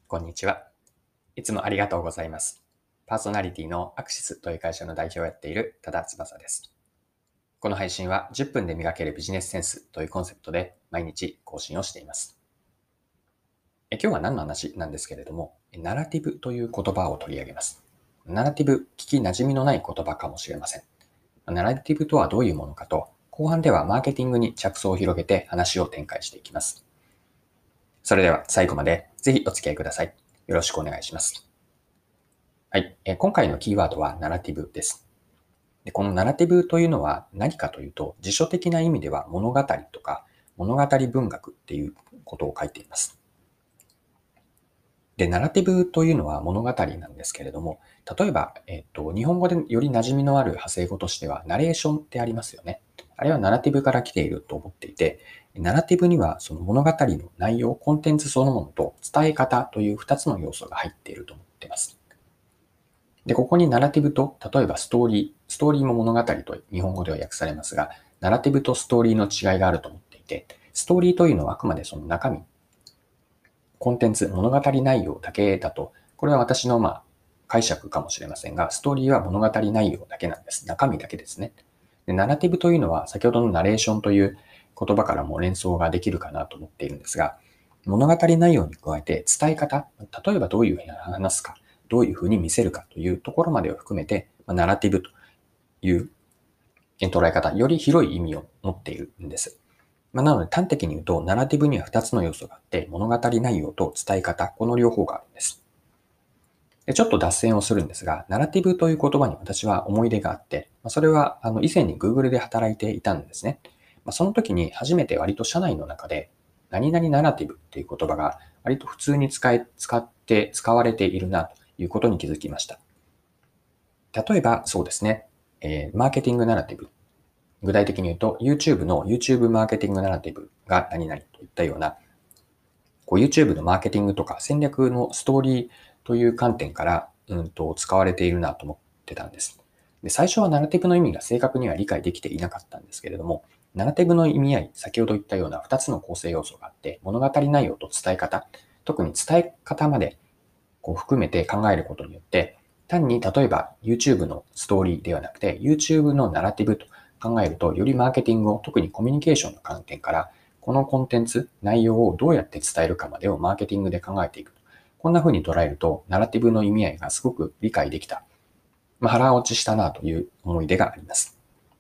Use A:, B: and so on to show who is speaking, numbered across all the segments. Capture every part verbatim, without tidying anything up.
A: こんにちは。いつもありがとうございます。パーソナリティのアクシスという会社の代表をやっている多田翼です。この配信はじゅっぷんで磨けるビジネスセンスというコンセプトで毎日更新をしています。え今日は何の話なんですけれども、ナラティブという言葉を取り上げます。ナラティブ、聞き馴染みのない言葉かもしれません。ナラティブとはどういうものかと、後半ではマーケティングに着想を広げて話を展開していきます。それでは最後までぜひお付き合いください。よろしくお願いします。はい。え今回のキーワードはナラティブです。でこのナラティブというのは何かというと、辞書的な意味では物語とか物語文学っていうことを書いています。で、ナラティブというのは物語なんですけれども、例えば、えっと、日本語でより馴染みのある派生語としては、ナレーションってありますよね。あれはナラティブから来ていると思っていて、ナラティブにはその物語の内容、コンテンツそのものと伝え方というふたつの要素が入っていると思っています。で、ここにナラティブと、例えばストーリー、ストーリーも物語と日本語では訳されますが、ナラティブとストーリーの違いがあると思っていて、ストーリーというのはあくまでその中身、コンテンツ、物語内容だけだと、これは私のまあ解釈かもしれませんが、ストーリーは物語内容だけなんです。中身だけですね。で、ナラティブというのは先ほどのナレーションという言葉からも連想ができるかなと思っているんですが、物語内容に加えて伝え方、例えばどういうふうに話すか、どういうふうに見せるかというところまでを含めて、ナラティブという捉え方、より広い意味を持っているんです。まあ、なので端的に言うと、ナラティブにはふたつの要素があって、物語内容と伝え方、この両方があるんです。でちょっと脱線をするんですが、ナラティブという言葉に私は思い出があって、それはあの以前に Google で働いていたんですね。その時に初めて割と社内の中で、何々ナラティブっていう言葉が割と普通に使え、使って使われているなということに気づきました。例えばそうですね、えー、マーケティングナラティブ。具体的に言うと、YouTube の YouTube マーケティングナラティブが何々といったような、こう YouTube のマーケティングとか戦略のストーリーという観点から、うんと使われているなと思ってたんです。で、最初はナラティブの意味が正確には理解できていなかったんですけれども、ナラティブの意味合い、先ほど言ったようなふたつの構成要素があって、物語内容と伝え方、特に伝え方までこう含めて考えることによって、単に例えば YouTube のストーリーではなくて YouTube のナラティブと考えると、よりマーケティングを、特にコミュニケーションの観点から、このコンテンツ、内容をどうやって伝えるかまでをマーケティングで考えていく。こんな風に捉えると、ナラティブの意味合いがすごく理解できた。まあ、腹落ちしたなという思い出があります。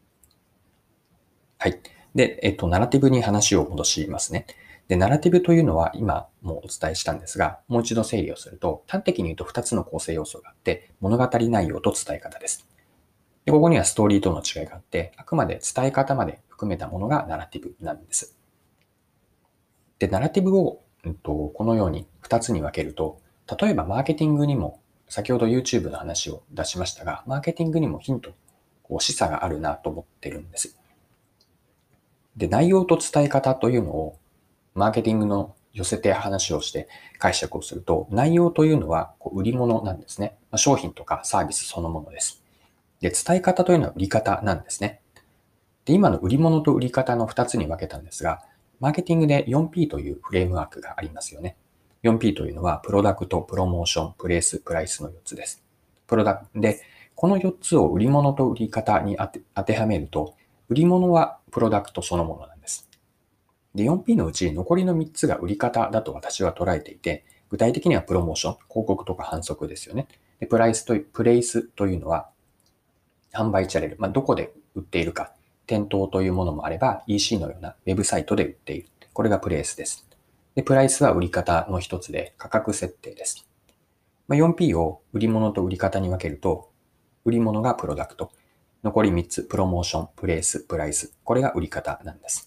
A: はい。で、えっと、ナラティブに話を戻しますね。で、ナラティブというのは今もお伝えしたんですが、もう一度整理をすると、端的に言うとふたつの構成要素があって、物語内容と伝え方です。で、ここにはストーリーとの違いがあって、あくまで伝え方まで含めたものがナラティブなんです。で、ナラティブを、うん、とこのようにふたつに分けると、例えばマーケティングにも、先ほど YouTube の話を出しましたが、マーケティングにもヒント、こう示唆があるなと思ってるんです。で、内容と伝え方というのを、マーケティングの寄せて話をして解釈をすると、内容というのはこう売り物なんですね。商品とかサービスそのものです。で、伝え方というのは売り方なんですね。で、今の売り物と売り方のふたつに分けたんですが、マーケティングで よんピー というフレームワークがありますよね。よんピー というのは、プロダクト、プロモーション、プレイス、プライスのよっつです。プロダクトで、このよっつを売り物と売り方に当て当てはめると、売り物はプロダクトそのものなんです。で、よんピー のうち残りのみっつが売り方だと私は捉えていて、具体的にはプロモーション、広告とか販促ですよね。で、プライスと、プレイスというのは、販売チャンネル、まあ、どこで売っているか、店頭というものもあれば、イーシー のようなウェブサイトで売っている。これがプレイスです。で、プライスは売り方の一つで価格設定です。まあ、よんピー を売り物と売り方に分けると、売り物がプロダクト。残りみっつ、プロモーション、プレイス、プライス。これが売り方なんです。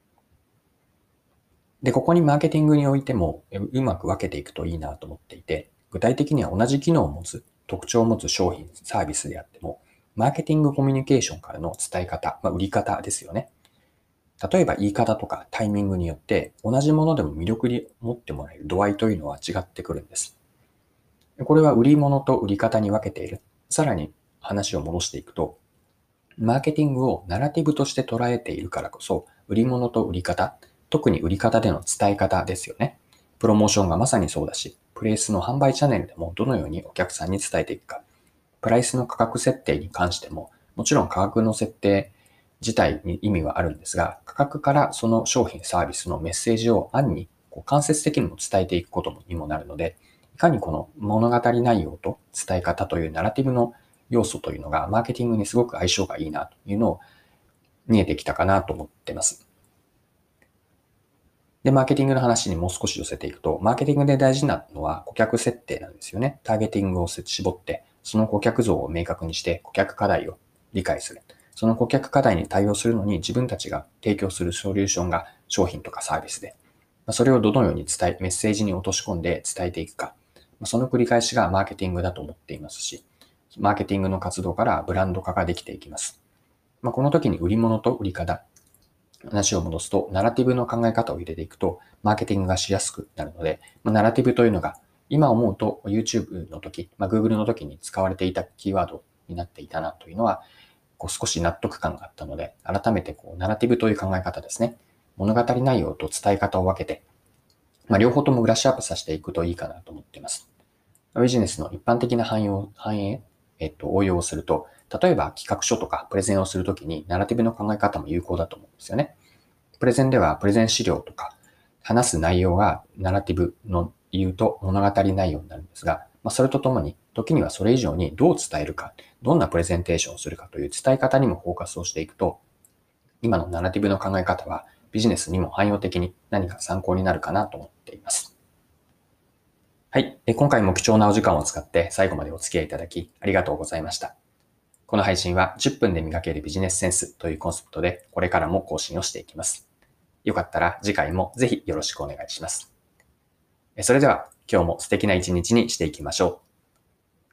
A: で、ここにマーケティングにおいてもうまく分けていくといいなと思っていて、具体的には同じ機能を持つ、特徴を持つ商品、サービスであっても、マーケティングコミュニケーションからの伝え方、まあ、売り方ですよね。例えば言い方とかタイミングによって同じものでも魅力に持ってもらえる度合いというのは違ってくるんです。これは売り物と売り方に分けている。さらに話を戻していくと、マーケティングをナラティブとして捉えているからこそ、売り物と売り方、特に売り方での伝え方ですよね。プロモーションがまさにそうだし、 プレイスの販売チャンネルでもどのようにお客さんに伝えていくか、プライスの価格設定に関しても、もちろん価格の設定自体に意味はあるんですが、価格からその商品サービスのメッセージを暗にこう間接的にも伝えていくことにもなるので、いかにこの物語内容と伝え方というナラティブの要素というのがマーケティングにすごく相性がいいなというのを見えてきたかなと思っています。で、マーケティングの話にもう少し寄せていくと、マーケティングで大事なのは顧客設定なんですよね。ターゲティングを絞って、その顧客像を明確にして顧客課題を理解する。その顧客課題に対応するのに自分たちが提供するソリューションが商品とかサービスで、それをどのように伝え、メッセージに落とし込んで伝えていくか。その繰り返しがマーケティングだと思っていますし、マーケティングの活動からブランド化ができていきます。まあ、この時に売り物と売り方、話を戻すと、ナラティブの考え方を入れていくと、マーケティングがしやすくなるので、まあ、ナラティブというのが、今思うと YouTube の時、まあ、Google の時に使われていたキーワードになっていたなというのは、こう少し納得感があったので、改めてこうナラティブという考え方ですね。物語内容と伝え方を分けて、まあ、両方ともブラッシュアップさせていくといいかなと思っています。ビジネスの一般的な汎用、反映、えっと、応用をすると、例えば企画書とかプレゼンをするときに、ナラティブの考え方も有効だと思うんですよね。プレゼンでは、プレゼン資料とか、話す内容がナラティブの言うと物語内容になるんですが、まあ、それとともに、時にはそれ以上にどう伝えるか、どんなプレゼンテーションをするかという伝え方にもフォーカスをしていくと、今のナラティブの考え方はビジネスにも汎用的に何か参考になるかなと思っています。はい。今回も貴重なお時間を使って最後までお付き合いいただきありがとうございました。この配信はじゅっぷんで磨けるビジネスセンスというコンセプトでこれからも更新をしていきます。よかったら次回もぜひよろしくお願いします。それでは今日も素敵な一日にしていきましょう。